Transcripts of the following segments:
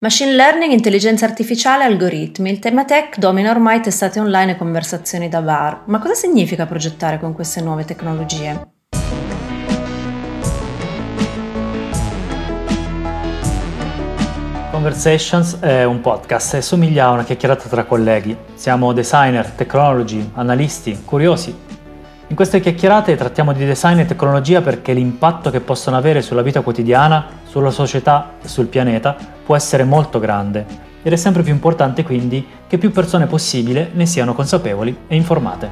Machine learning, intelligenza artificiale, algoritmi. Il tema tech domina ormai testate online e conversazioni da bar. Ma cosa significa progettare con queste nuove tecnologie? Conversations è un podcast e somiglia a una chiacchierata tra colleghi. Siamo designer, technology, analisti, curiosi. In queste chiacchierate trattiamo di design e tecnologia perché l'impatto che possono avere sulla vita quotidiana, sulla società e sul pianeta può essere molto grande ed è sempre più importante quindi che più persone possibile ne siano consapevoli e informate.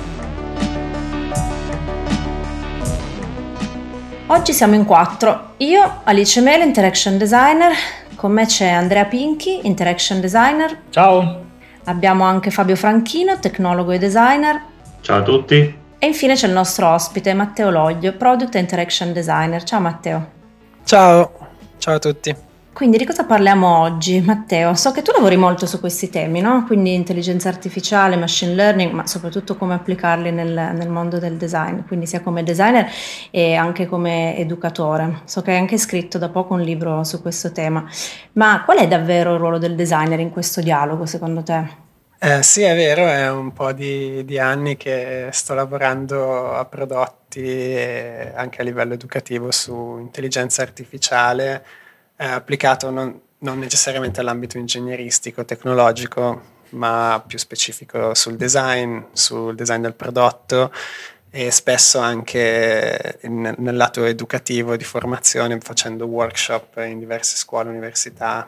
Oggi siamo in 4. Io, Alice Mele, interaction designer. Con me c'è Andrea Pinchi, interaction designer. Ciao! Abbiamo anche Fabio Franchino, tecnologo e designer. Ciao a tutti! E infine c'è il nostro ospite, Matteo Loglio, product e interaction designer. Ciao Matteo! Ciao a tutti! Quindi di cosa parliamo oggi, Matteo? So che tu lavori molto su questi temi, no? Quindi intelligenza artificiale, machine learning, ma soprattutto come applicarli nel mondo del design, quindi sia come designer e anche come educatore. So che hai anche scritto da poco un libro su questo tema, ma qual è davvero il ruolo del designer in questo dialogo, secondo te? Sì, è vero, è un po' di anni che sto lavorando a prodotti e anche a livello educativo su intelligenza artificiale, applicato non necessariamente all'ambito ingegneristico, tecnologico, ma più specifico sul design del prodotto e spesso anche nel lato educativo di formazione, facendo workshop in diverse scuole, università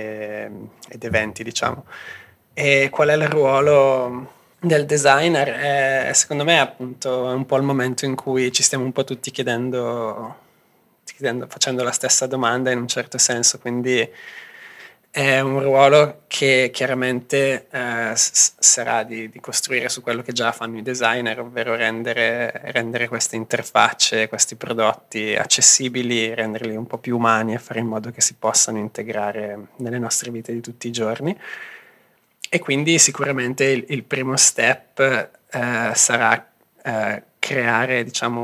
ed eventi, diciamo. E qual è il ruolo del designer? Secondo me appunto è un po' il momento in cui ci stiamo un po' tutti chiedendo, facendo la stessa domanda in un certo senso, quindi è un ruolo che chiaramente sarà di costruire su quello che già fanno i designer, ovvero rendere queste interfacce, questi prodotti accessibili, renderli un po' più umani e fare in modo che si possano integrare nelle nostre vite di tutti i giorni. E quindi sicuramente il primo step sarà creare, diciamo,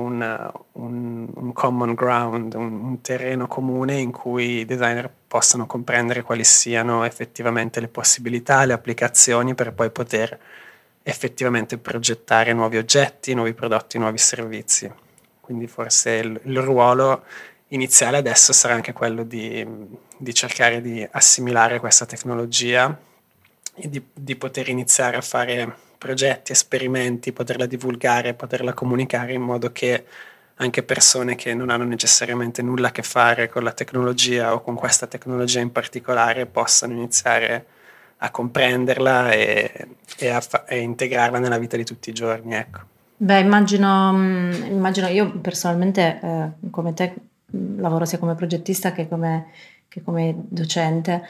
un common ground, un terreno comune in cui i designer possano comprendere quali siano effettivamente le possibilità, le applicazioni per poi poter effettivamente progettare nuovi oggetti, nuovi prodotti, nuovi servizi. Quindi forse il ruolo iniziale adesso sarà anche quello di cercare di assimilare questa tecnologia e di poter iniziare a fare progetti, esperimenti, poterla divulgare, poterla comunicare in modo che anche persone che non hanno necessariamente nulla a che fare con la tecnologia o con questa tecnologia in particolare possano iniziare a comprenderla e integrarla nella vita di tutti i giorni, ecco. Beh, immagino io personalmente come te lavoro sia come progettista che come docente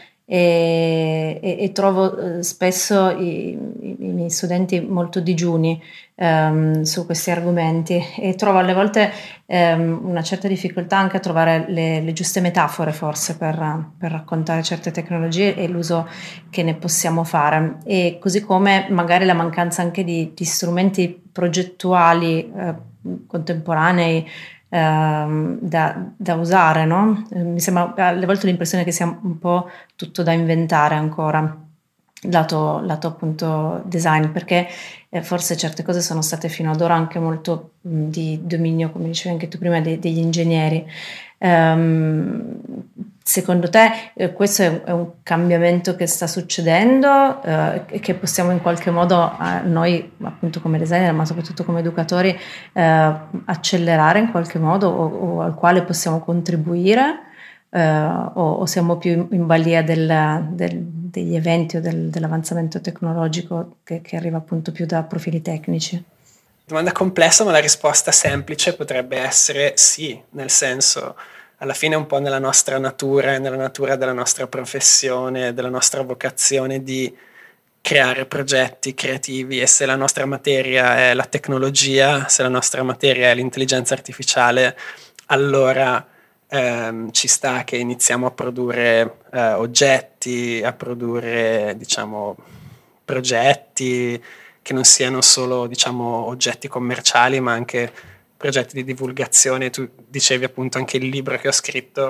e trovo spesso i miei studenti molto digiuni su questi argomenti e trovo alle volte una certa difficoltà anche a trovare le giuste metafore forse per raccontare certe tecnologie e l'uso che ne possiamo fare, e così come magari la mancanza anche di strumenti progettuali contemporanei da usare, no? Mi sembra alle volte l'impressione che sia un po' tutto da inventare ancora, lato appunto design, perché forse certe cose sono state fino ad ora anche molto di dominio, come dicevi anche tu prima, degli ingegneri. Secondo te questo è un cambiamento che sta succedendo e che possiamo in qualche modo noi appunto come designer ma soprattutto come educatori accelerare in qualche modo o al quale possiamo contribuire o siamo più in balia degli eventi o dell'avanzamento tecnologico che arriva appunto più da profili tecnici? Domanda complessa, ma la risposta semplice potrebbe essere sì, nel senso, alla fine è un po' nella nostra natura e nella natura della nostra professione, della nostra vocazione di creare progetti creativi, e se la nostra materia è la tecnologia, se la nostra materia è l'intelligenza artificiale, allora ci sta che iniziamo a produrre oggetti, a produrre, diciamo, progetti che non siano solo, diciamo, oggetti commerciali, ma anche progetti di divulgazione. Tu dicevi appunto anche il libro che ho scritto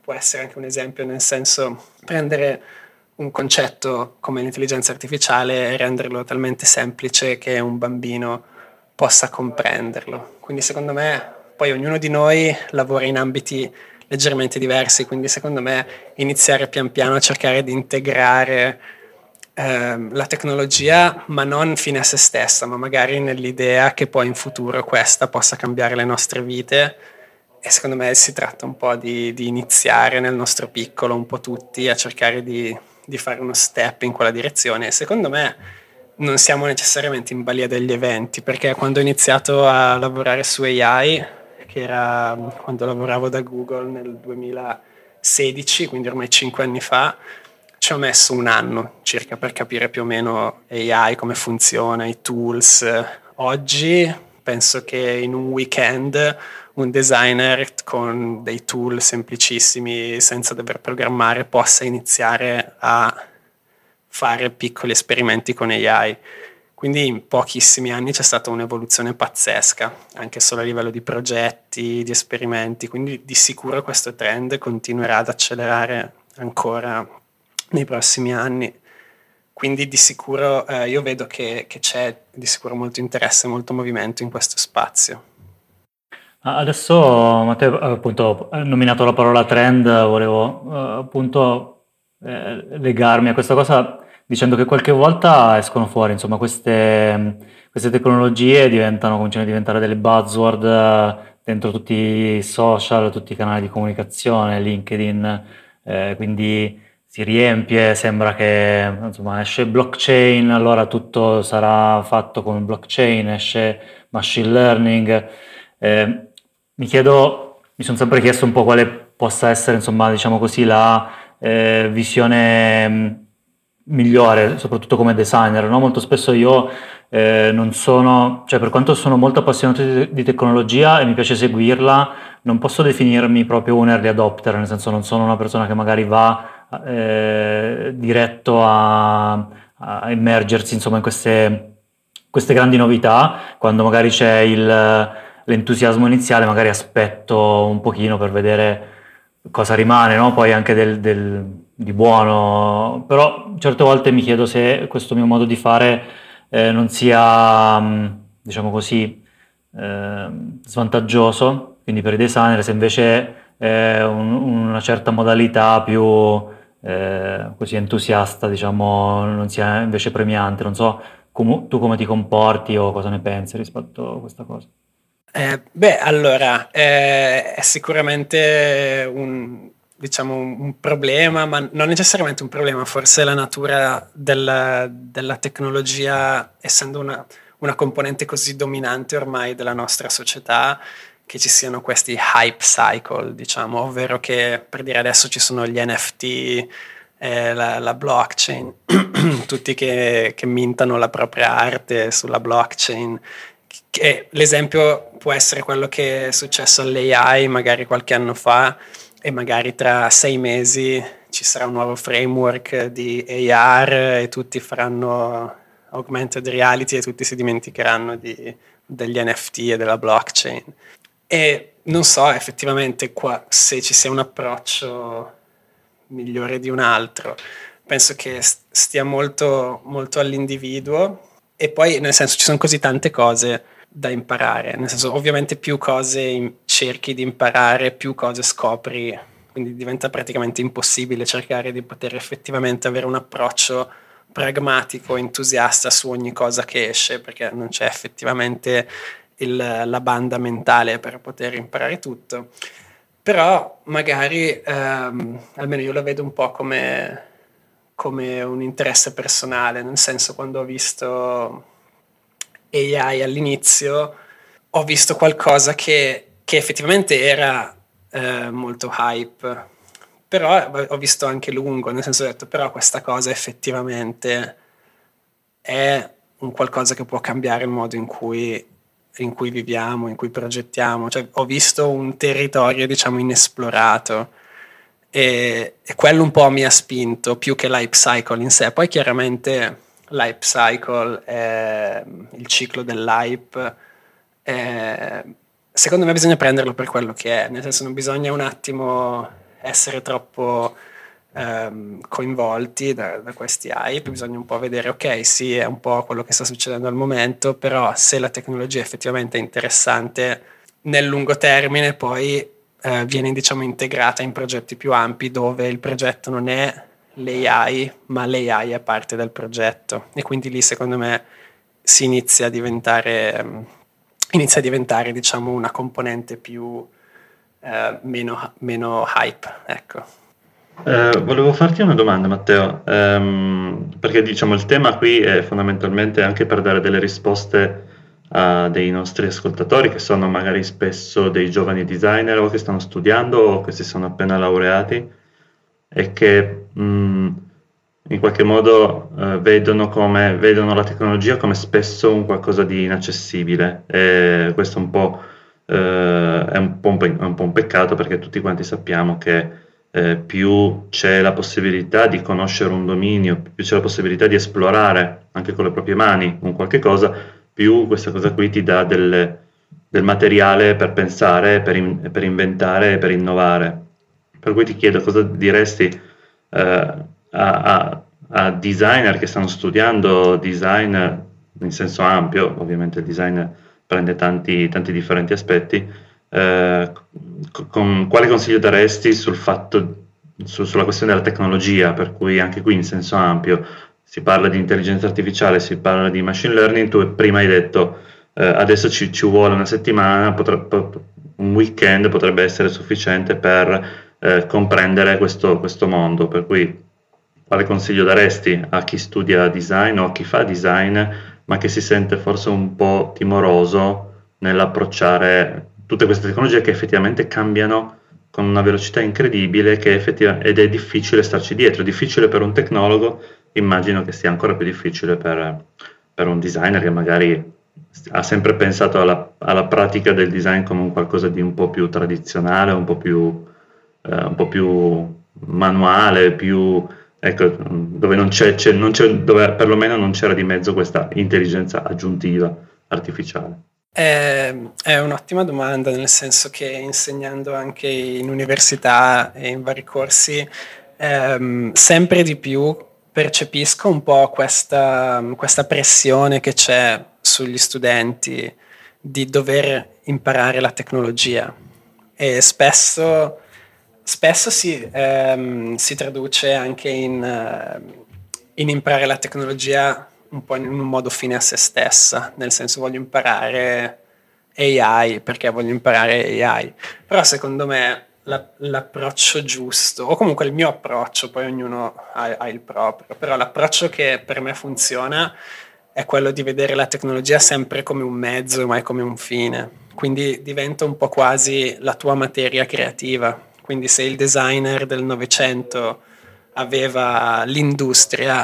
può essere anche un esempio, nel senso prendere un concetto come l'intelligenza artificiale e renderlo talmente semplice che un bambino possa comprenderlo. Quindi secondo me, poi ognuno di noi lavora in ambiti leggermente diversi, quindi secondo me iniziare pian piano a cercare di integrare la tecnologia, ma non fine a se stessa, ma magari nell'idea che poi in futuro questa possa cambiare le nostre vite. E secondo me si tratta un po' di iniziare nel nostro piccolo, un po' tutti, a cercare di fare uno step in quella direzione. E secondo me non siamo necessariamente in balia degli eventi, perché quando ho iniziato a lavorare su AI, che era quando lavoravo da Google nel 2016, quindi ormai 5 anni fa, ci ho messo un anno circa per capire più o meno AI, come funziona, i tools. Oggi penso che in un weekend un designer con dei tool semplicissimi, senza dover programmare, possa iniziare a fare piccoli esperimenti con AI. Quindi in pochissimi anni c'è stata un'evoluzione pazzesca, anche solo a livello di progetti, di esperimenti, quindi di sicuro questo trend continuerà ad accelerare ancora nei prossimi anni. Quindi di sicuro io vedo che c'è di sicuro molto interesse, molto movimento in questo spazio. Adesso Matteo appunto ha nominato la parola trend, volevo appunto legarmi a questa cosa dicendo che qualche volta escono fuori, insomma, queste tecnologie cominciano a diventare delle buzzword dentro tutti i social, tutti i canali di comunicazione, LinkedIn, quindi si riempie, sembra che insomma esce blockchain, allora tutto sarà fatto con blockchain, esce machine learning. Mi sono sempre chiesto un po' quale possa essere, insomma, diciamo così, la visione migliore, soprattutto come designer, no? Molto spesso io non sono, cioè per quanto sono molto appassionato di tecnologia e mi piace seguirla, non posso definirmi proprio un early adopter, nel senso non sono una persona che magari va diretto a immergersi, insomma, in queste grandi novità, quando magari c'è l'entusiasmo iniziale, magari aspetto un pochino per vedere cosa rimane, no? Poi anche di buono, però certe volte mi chiedo se questo mio modo di fare non sia, diciamo così, svantaggioso, quindi per i designer, se invece una certa modalità più così entusiasta, diciamo, non sia invece premiante. Non so tu come ti comporti o cosa ne pensi rispetto a questa cosa. Allora, è sicuramente un problema, ma non necessariamente un problema, forse la natura della tecnologia, essendo una componente così dominante ormai della nostra società, che ci siano questi hype cycle, diciamo, ovvero che, per dire, adesso ci sono gli NFT, la blockchain, tutti che mintano la propria arte sulla blockchain. Che l'esempio può essere quello che è successo all'AI magari qualche anno fa, e magari tra 6 mesi ci sarà un nuovo framework di AR e tutti faranno augmented reality e tutti si dimenticheranno degli NFT e della blockchain. E non so effettivamente se ci sia un approccio migliore di un altro. Penso che stia molto, molto all'individuo, e poi nel senso ci sono così tante cose da imparare, nel senso ovviamente più cose cerchi di imparare, più cose scopri, quindi diventa praticamente impossibile cercare di poter effettivamente avere un approccio pragmatico, entusiasta su ogni cosa che esce, perché non c'è effettivamente la banda mentale per poter imparare tutto. Però magari almeno io la vedo un po' come un interesse personale, nel senso, quando ho visto AI all'inizio ho visto qualcosa che effettivamente era molto hype, però ho visto anche lungo, nel senso, ho detto, però questa cosa effettivamente è un qualcosa che può cambiare il modo in cui viviamo, in cui progettiamo. Cioè, ho visto un territorio, diciamo, inesplorato, e quello un po' mi ha spinto, più che l'hype cycle in sé. Poi chiaramente l'hype cycle è il ciclo dell'hype, secondo me bisogna prenderlo per quello che è, nel senso non bisogna un attimo essere troppo coinvolti da questi hype, bisogna un po' vedere, ok, sì, è un po' quello che sta succedendo al momento, però se la tecnologia effettivamente è interessante, nel lungo termine poi viene, diciamo, integrata in progetti più ampi dove il progetto non è l'AI, ma l'AI è parte del progetto, e quindi lì secondo me si inizia a diventare diciamo una componente più meno hype, ecco. Volevo farti una domanda, Matteo, perché diciamo il tema qui è fondamentalmente anche per dare delle risposte a dei nostri ascoltatori che sono magari spesso dei giovani designer o che stanno studiando o che si sono appena laureati e che in qualche modo vedono la tecnologia come spesso un qualcosa di inaccessibile, e questo un po' è un po' un peccato, perché tutti quanti sappiamo che più c'è la possibilità di conoscere un dominio, più c'è la possibilità di esplorare anche con le proprie mani un qualche cosa, più questa cosa qui ti dà del materiale per pensare, per inventare, per innovare. Per cui ti chiedo cosa diresti a designer che stanno studiando design in senso ampio. Ovviamente il design prende tanti differenti aspetti. Con quale consiglio daresti sulla questione della tecnologia, per cui anche qui in senso ampio si parla di intelligenza artificiale, si parla di machine learning. Tu prima hai detto adesso ci vuole una settimana, un weekend potrebbe essere sufficiente per comprendere questo mondo, per cui quale consiglio daresti a chi studia design o a chi fa design ma che si sente forse un po' timoroso nell'approcciare tutte queste tecnologie che effettivamente cambiano con una velocità incredibile, ed è difficile starci dietro, è difficile per un tecnologo, immagino che sia ancora più difficile per un designer che magari ha sempre pensato alla pratica del design come un qualcosa di un po' più tradizionale, un po' più manuale, ecco, dove perlomeno non c'era di mezzo questa intelligenza aggiuntiva artificiale. È un'ottima domanda, nel senso che insegnando anche in università e in vari corsi, sempre di più percepisco un po' questa pressione che c'è sugli studenti di dover imparare la tecnologia, e spesso si traduce anche in imparare la tecnologia un po' in un modo fine a se stessa, nel senso voglio imparare AI perché voglio imparare AI, però secondo me l'approccio giusto, o comunque il mio approccio, poi ognuno ha il proprio, però l'approccio che per me funziona è quello di vedere la tecnologia sempre come un mezzo e mai come un fine, quindi diventa un po' quasi la tua materia creativa. Quindi se il designer del Novecento aveva l'industria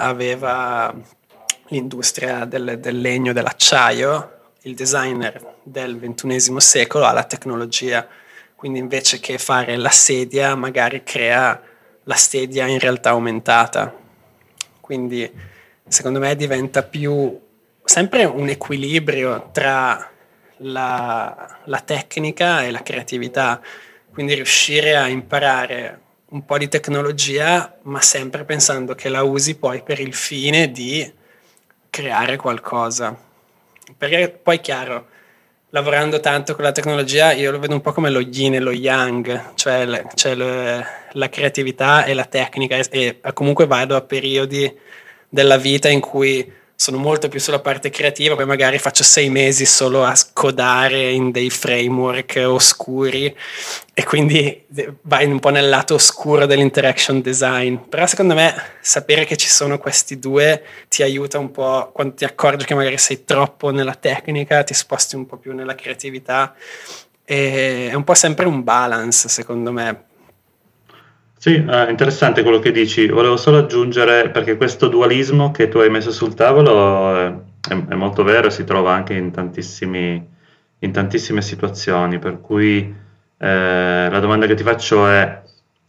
del legno, dell'acciaio, il designer del XXI secolo ha la tecnologia. Quindi invece che fare la sedia, magari crea la sedia in realtà aumentata. Quindi secondo me diventa sempre un equilibrio tra la tecnica e la creatività. Quindi riuscire a imparare un po' di tecnologia, ma sempre pensando che la usi poi per il fine di creare qualcosa. Perché poi chiaro, lavorando tanto con la tecnologia, io lo vedo un po' come lo yin e lo yang, cioè la creatività e la tecnica, e comunque vado a periodi della vita in cui sono molto più sulla parte creativa, poi magari faccio 6 mesi solo a codare in dei framework oscuri, e quindi vai un po' nel lato oscuro dell'interaction design. Però secondo me sapere che ci sono questi due ti aiuta un po', quando ti accorgi che magari sei troppo nella tecnica, ti sposti un po' più nella creatività, e è un po' sempre un balance, secondo me. Sì, interessante quello che dici. Volevo solo aggiungere, perché questo dualismo che tu hai messo sul tavolo è molto vero, si trova anche in tantissime situazioni, per cui la domanda che ti faccio è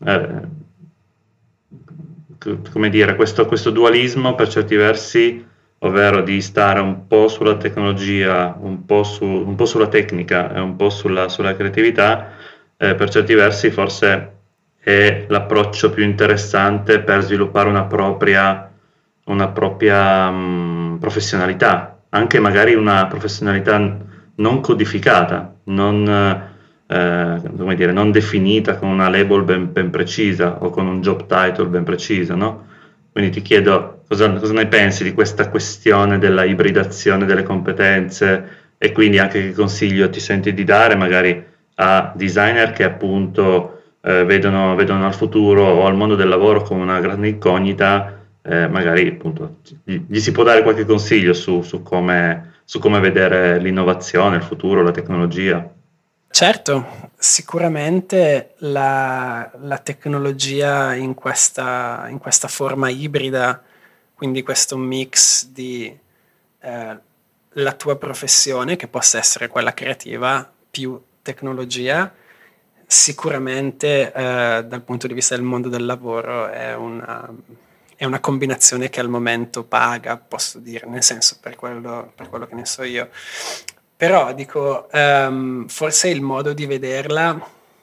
come dire, questo dualismo per certi versi, ovvero di stare un po' sulla tecnologia, un po' sulla tecnica e un po' sulla creatività, per certi versi forse è l'approccio più interessante per sviluppare una propria professionalità, anche magari una professionalità non codificata, come dire, non definita con una label ben precisa o con un job title ben preciso, no? Quindi ti chiedo cosa ne pensi di questa questione della ibridazione delle competenze, e quindi anche che consiglio ti senti di dare magari a designer che appunto vedono al futuro o al mondo del lavoro come una grande incognita. Magari appunto gli si può dare qualche consiglio su come vedere l'innovazione, il futuro, la tecnologia. Certo, sicuramente la tecnologia in questa forma ibrida, quindi questo mix di la tua professione, che possa essere quella creativa, più tecnologia, sicuramente dal punto di vista del mondo del lavoro è una combinazione che al momento paga, posso dire, nel senso, per quello che ne so io. Però dico, forse il modo di vederla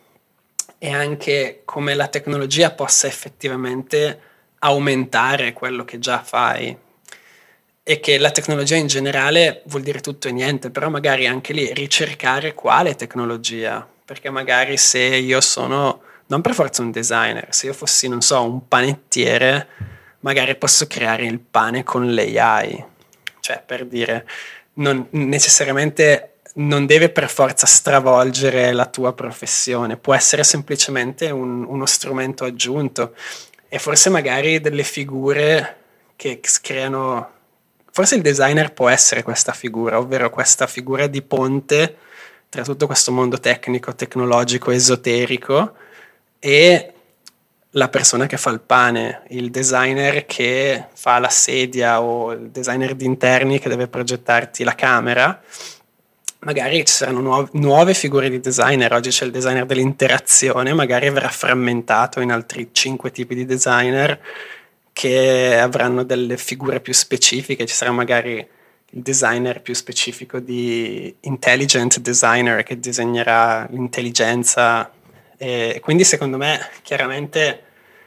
è anche come la tecnologia possa effettivamente aumentare quello che già fai, e che la tecnologia in generale vuol dire tutto e niente, però magari anche lì ricercare quale tecnologia, perché magari se io sono, non per forza un designer, se io fossi, non so, un panettiere, magari posso creare il pane con l'AI, cioè per dire, non necessariamente non deve per forza stravolgere la tua professione, può essere semplicemente uno strumento aggiunto, e forse magari delle figure che creano, forse il designer può essere questa figura, ovvero questa figura di ponte tra tutto questo mondo tecnico, tecnologico, esoterico e la persona che fa il pane, il designer che fa la sedia o il designer di interni che deve progettarti la camera. Magari ci saranno nuove figure di designer. Oggi c'è il designer dell'interazione, magari verrà frammentato in altri 5 tipi di designer che avranno delle figure più specifiche. Ci sarà magari il designer più specifico di intelligent designer che disegnerà l'intelligenza. E quindi secondo me chiaramente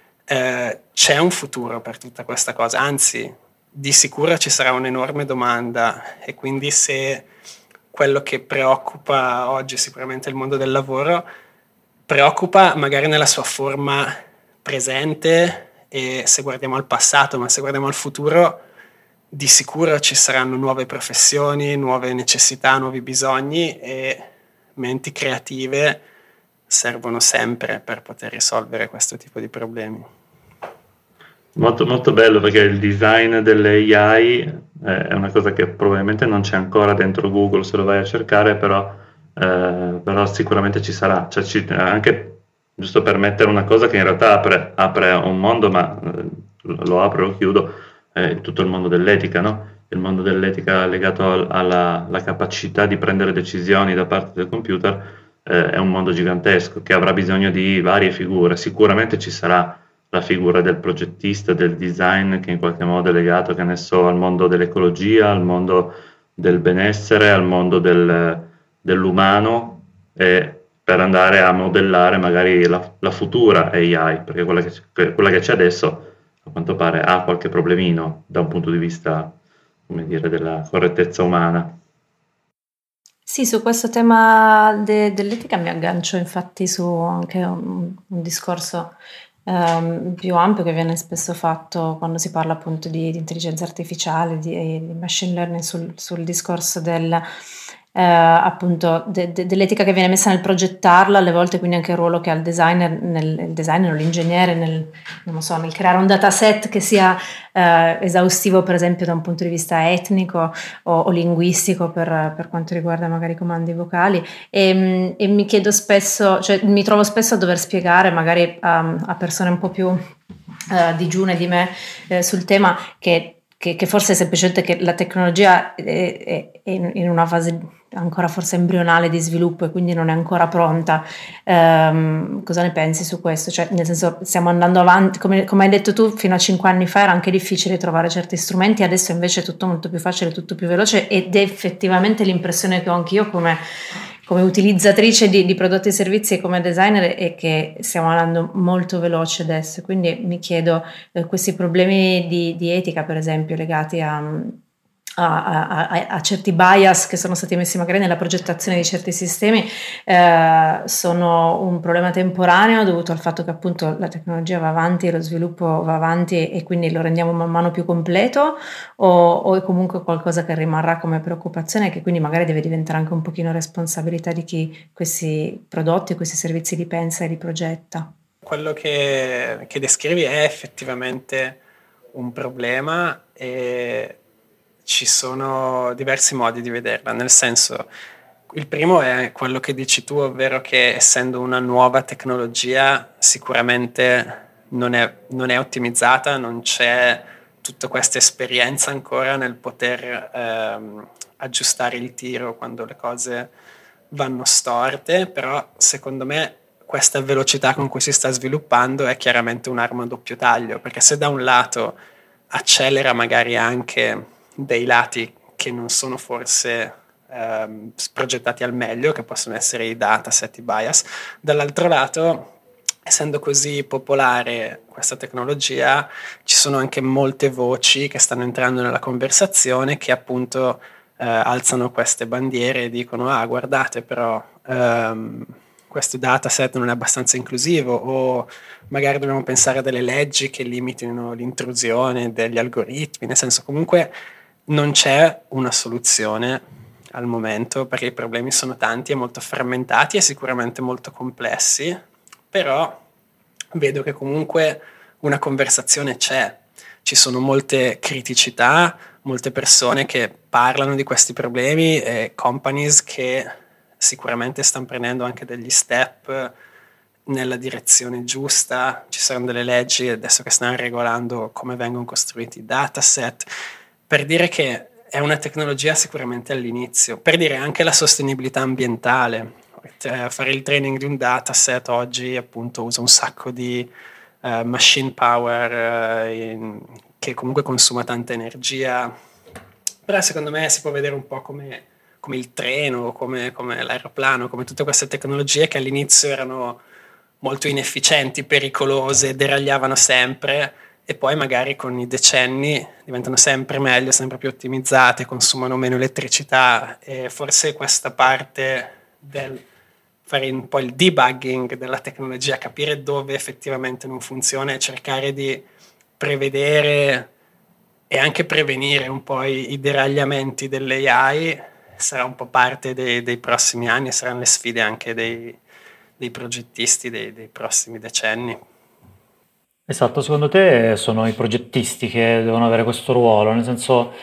c'è un futuro per tutta questa cosa, anzi di sicuro ci sarà un'enorme domanda, e quindi se quello che preoccupa oggi sicuramente il mondo del lavoro preoccupa magari nella sua forma presente, e se guardiamo al passato, ma se guardiamo al futuro di sicuro ci saranno nuove professioni, nuove necessità, nuovi bisogni, e menti creative servono sempre per poter risolvere questo tipo di problemi. Molto, molto bello, perché il design delle AI è una cosa che probabilmente non c'è ancora dentro Google se lo vai a cercare, però sicuramente ci sarà. Cioè, anche giusto per mettere una cosa che in realtà apre un mondo, ma lo apro e lo chiudo, tutto il mondo dell'etica, no? Il mondo dell'etica legato alla capacità di prendere decisioni da parte del computer è un mondo gigantesco che avrà bisogno di varie figure. Sicuramente ci sarà la figura del progettista, del design, che in qualche modo è legato, che ne so, al mondo dell'ecologia, al mondo del benessere, al mondo dell'umano, e per andare a modellare magari la futura AI, perché quella che c'è adesso a quanto pare ha qualche problemino da un punto di vista, come dire, della correttezza umana. Sì, su questo tema dell'etica mi aggancio infatti su anche un discorso più ampio che viene spesso fatto quando si parla appunto di intelligenza artificiale, di machine learning, sul discorso appunto dell'etica che viene messa nel progettarla, alle volte quindi anche il ruolo che ha il designer o l'ingegnere non so, nel creare un dataset che sia esaustivo, per esempio da un punto di vista etnico o linguistico per quanto riguarda magari i comandi vocali, e mi chiedo spesso, cioè mi trovo spesso a dover spiegare magari a persone un po' più digiune di me sul tema che forse è semplicemente che la tecnologia è in una fase ancora forse embrionale di sviluppo e quindi non è ancora pronta. Cosa ne pensi su questo? Cioè, nel senso, stiamo andando avanti, come hai detto tu, fino a 5 anni fa era anche difficile trovare certi strumenti, adesso invece è tutto molto più facile, tutto più veloce, ed è effettivamente l'impressione che ho anch'io come utilizzatrice di prodotti e servizi e come designer è che stiamo andando molto veloce adesso, quindi mi chiedo questi problemi di etica, per esempio, legati a certi bias che sono stati messi magari nella progettazione di certi sistemi, sono un problema temporaneo dovuto al fatto che appunto la tecnologia va avanti, lo sviluppo va avanti e quindi lo rendiamo man mano più completo, o è comunque qualcosa che rimarrà come preoccupazione e che quindi magari deve diventare anche un pochino responsabilità di chi questi prodotti, questi servizi li pensa e li progetta? Quello che descrivi è effettivamente un problema e ci sono diversi modi di vederla, nel senso, il primo è quello che dici tu, ovvero che essendo una nuova tecnologia sicuramente non è ottimizzata, non c'è tutta questa esperienza ancora nel poter aggiustare il tiro quando le cose vanno storte, però secondo me questa velocità con cui si sta sviluppando è chiaramente un'arma a doppio taglio, perché se da un lato accelera magari anche dei lati che non sono forse progettati al meglio, che possono essere i dataset, i bias, dall'altro lato, essendo così popolare questa tecnologia, ci sono anche molte voci che stanno entrando nella conversazione che appunto alzano queste bandiere e dicono guardate però questo dataset non è abbastanza inclusivo, o magari dobbiamo pensare a delle leggi che limitino l'intrusione degli algoritmi, nel senso comunque non c'è una soluzione al momento perché i problemi sono tanti e molto frammentati e sicuramente molto complessi, però vedo che comunque una conversazione c'è, ci sono molte criticità, molte persone che parlano di questi problemi e companies che sicuramente stanno prendendo anche degli step nella direzione giusta, ci saranno delle leggi adesso che stanno regolando come vengono costruiti i dataset, per dire che è una tecnologia sicuramente all'inizio, per dire anche la sostenibilità ambientale. Fare il training di un dataset oggi appunto usa un sacco di machine power che comunque consuma tanta energia, però secondo me si può vedere un po' come il treno, come l'aeroplano, come tutte queste tecnologie che all'inizio erano molto inefficienti, pericolose, deragliavano sempre e poi magari con i decenni diventano sempre meglio, sempre più ottimizzate, consumano meno elettricità, e forse questa parte del fare un po' il debugging della tecnologia, capire dove effettivamente non funziona e cercare di prevedere e anche prevenire un po' i deragliamenti dell'AI sarà un po' parte dei prossimi anni e saranno le sfide anche dei progettisti dei prossimi decenni. Esatto, secondo te sono i progettisti che devono avere questo ruolo? Nel senso,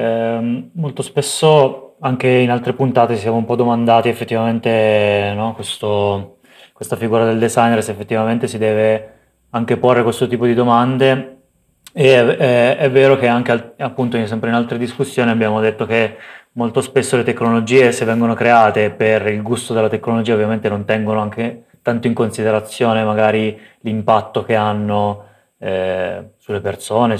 molto spesso anche in altre puntate ci siamo un po' domandati effettivamente, no, questa figura del designer, se effettivamente si deve anche porre questo tipo di domande. E è vero che anche appunto sempre in altre discussioni abbiamo detto che molto spesso le tecnologie, se vengono create per il gusto della tecnologia, ovviamente non tengono anche tanto in considerazione magari l'impatto che hanno sulle persone,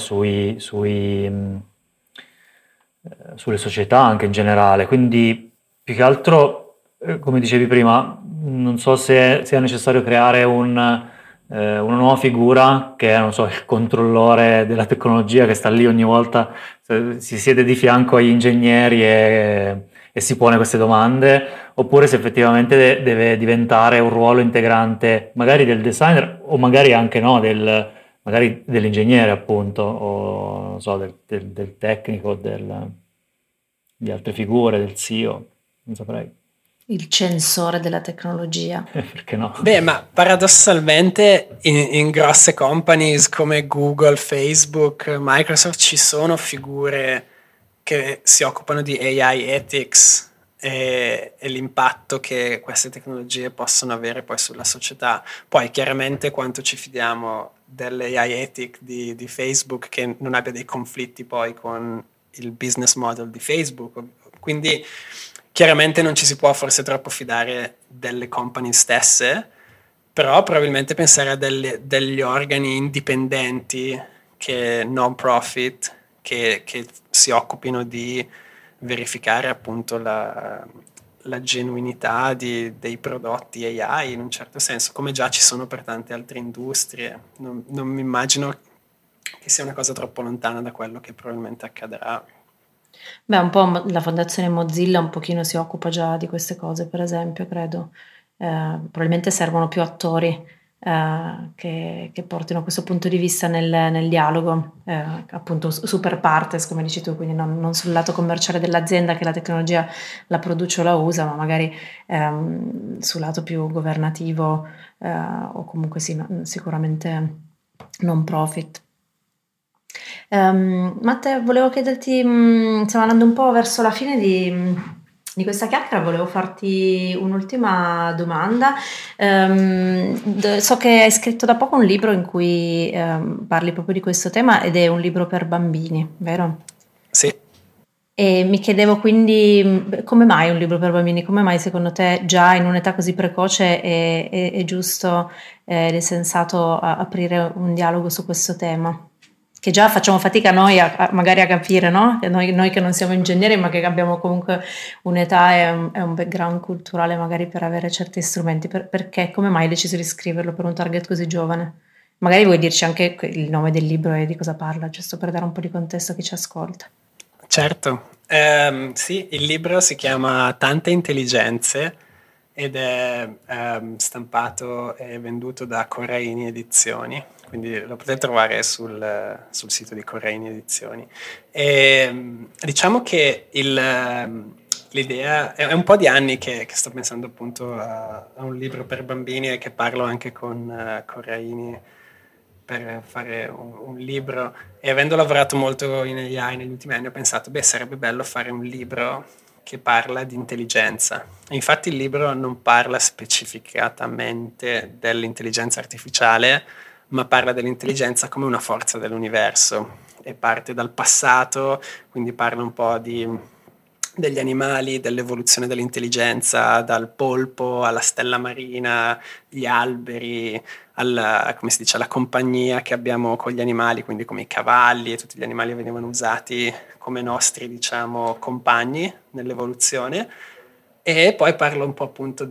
sulle società anche in generale. Quindi più che altro, come dicevi prima, non so se sia necessario creare una nuova figura che è, non so, il controllore della tecnologia che sta lì ogni volta, si siede di fianco agli ingegneri e si pone queste domande, oppure se effettivamente deve diventare un ruolo integrante magari del designer o magari anche no, magari dell'ingegnere appunto, o non so, del tecnico, di altre figure, del CEO, non saprei. Il censore della tecnologia. Perché no? Beh, ma paradossalmente in grosse companies come Google, Facebook, Microsoft ci sono figure che si occupano di AI ethics e l'impatto che queste tecnologie possono avere poi sulla società. Poi chiaramente quanto ci fidiamo dell'AI ethic di Facebook che non abbia dei conflitti poi con il business model di Facebook. Quindi chiaramente non ci si può forse troppo fidare delle company stesse, però probabilmente pensare a degli organi indipendenti che non profit che si occupino di verificare appunto la genuinità dei prodotti AI in un certo senso, come già ci sono per tante altre industrie. Non mi immagino che sia una cosa troppo lontana da quello che probabilmente accadrà. Beh, un po' la fondazione Mozilla un pochino si occupa già di queste cose, per esempio, credo. Probabilmente servono più attori che portino questo punto di vista nel dialogo, appunto super partes, come dici tu, quindi non sul lato commerciale dell'azienda che la tecnologia la produce o la usa, ma magari sul lato più governativo o comunque sì, sicuramente non profit. Matteo, volevo chiederti, stiamo andando un po' verso la fine di questa chiacchiera, volevo farti un'ultima domanda. So che hai scritto da poco un libro in cui parli proprio di questo tema ed è un libro per bambini, vero? Sì. E mi chiedevo quindi come mai un libro per bambini? Come mai secondo te già in un'età così precoce è giusto ed è sensato aprire un dialogo su questo tema? Che già facciamo fatica noi magari a capire, no? Noi che non siamo ingegneri, ma che abbiamo comunque un'età e un background culturale magari per avere certi strumenti. Perché? Come mai hai deciso di scriverlo per un target così giovane? Magari vuoi dirci anche il nome del libro e di cosa parla, giusto per dare un po' di contesto a chi ci ascolta. Certo. Sì, il libro si chiama Tante intelligenze ed è stampato e venduto da Corraini Edizioni, quindi lo potete trovare sul sito di Corraini Edizioni. E, diciamo che l'idea è un po' di anni che sto pensando appunto a un libro per bambini e che parlo anche con Corraini per fare un libro, e avendo lavorato molto in AI negli ultimi anni ho pensato, sarebbe bello fare un libro che parla di intelligenza. Infatti il libro non parla specificatamente dell'intelligenza artificiale, ma parla dell'intelligenza come una forza dell'universo e parte dal passato, quindi parla un po' degli animali, dell'evoluzione dell'intelligenza, dal polpo alla stella marina, gli alberi, come si dice, alla compagnia che abbiamo con gli animali, quindi come i cavalli, e tutti gli animali venivano usati come nostri, diciamo, compagni nell'evoluzione. E poi parlo un po' appunto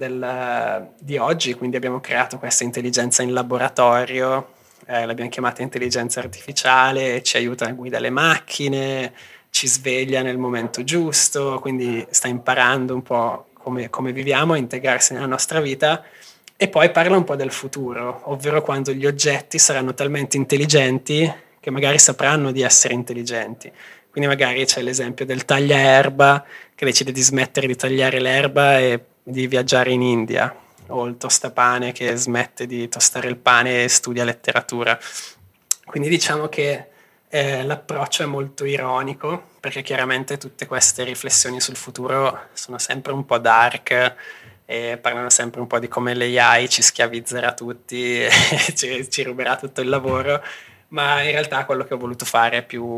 di oggi, quindi abbiamo creato questa intelligenza in laboratorio, l'abbiamo chiamata intelligenza artificiale, ci aiuta a guidare le macchine, ci sveglia nel momento giusto, quindi sta imparando un po' come viviamo, a integrarsi nella nostra vita. E poi parla un po' del futuro, ovvero quando gli oggetti saranno talmente intelligenti che magari sapranno di essere intelligenti. Quindi magari c'è l'esempio del tagliaerba che decide di smettere di tagliare l'erba e di viaggiare in India, o il tostapane che smette di tostare il pane e studia letteratura. Quindi diciamo che l'approccio è molto ironico, perché chiaramente tutte queste riflessioni sul futuro sono sempre un po' dark e parlano sempre un po' di come l'AI ci schiavizzerà tutti e ci ruberà tutto il lavoro, ma in realtà quello che ho voluto fare è più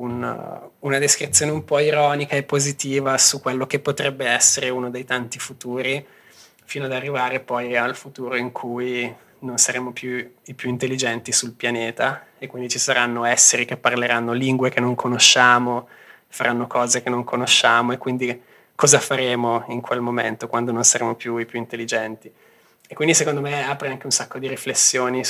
una descrizione un po' ironica e positiva su quello che potrebbe essere uno dei tanti futuri, fino ad arrivare poi al futuro in cui non saremo più i più intelligenti sul pianeta e quindi ci saranno esseri che parleranno lingue che non conosciamo, faranno cose che non conosciamo, e quindi cosa faremo in quel momento quando non saremo più i più intelligenti. E quindi secondo me apre anche un sacco di riflessioni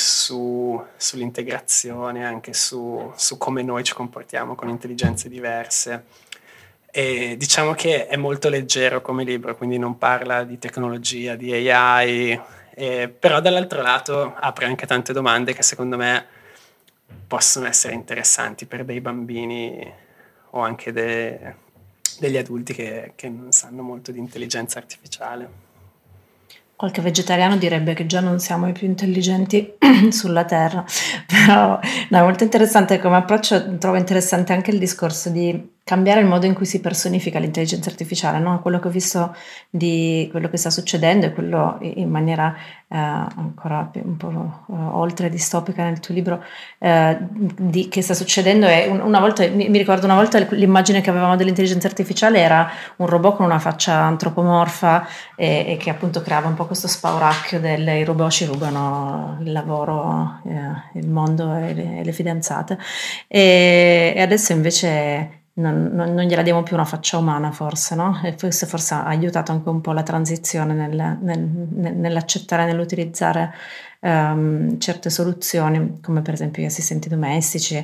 sull'integrazione, anche su come noi ci comportiamo con intelligenze diverse. E diciamo che è molto leggero come libro, quindi non parla di tecnologia, di AI, però dall'altro lato apre anche tante domande che secondo me possono essere interessanti per dei bambini o anche degli adulti che non sanno molto di intelligenza artificiale. Qualche vegetariano direbbe che già non siamo i più intelligenti sulla Terra, però no, è molto interessante come approccio. Trovo interessante anche il discorso di cambiare il modo in cui si personifica l'intelligenza artificiale, no? Quello che ho visto di quello che sta succedendo e quello in maniera ancora un po' oltre distopica nel tuo libro che sta succedendo è una volta, mi ricordo una volta l'immagine che avevamo dell'intelligenza artificiale era un robot con una faccia antropomorfa e che appunto creava un po' questo spauracchio i robot ci rubano il lavoro, il mondo e le fidanzate, e adesso invece non gliela diamo più una faccia umana, forse, no? E forse ha aiutato anche un po' la transizione nell'accettare, nell'utilizzare certe soluzioni, come per esempio gli assistenti domestici,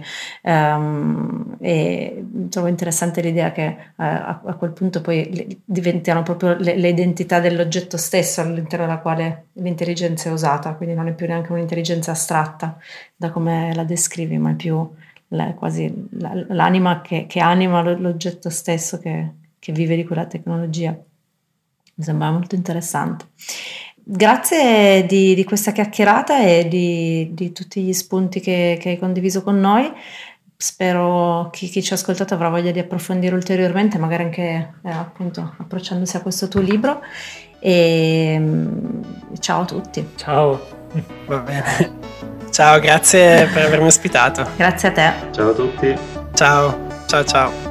e trovo interessante l'idea che a quel punto poi diventano proprio le identità dell'oggetto stesso all'interno della quale l'intelligenza è usata, quindi non è più neanche un'intelligenza astratta da come la descrivi, ma è più quasi l'anima che anima l'oggetto stesso che vive di quella tecnologia. Mi sembra molto interessante. Grazie di questa chiacchierata e di tutti gli spunti che hai condiviso con noi. Spero chi ci ha ascoltato avrà voglia di approfondire ulteriormente, magari anche appunto approcciandosi a questo tuo libro. E ciao a tutti. Ciao. Va bene. Ciao, grazie per avermi ospitato. Grazie a te. Ciao a tutti. Ciao, ciao, ciao.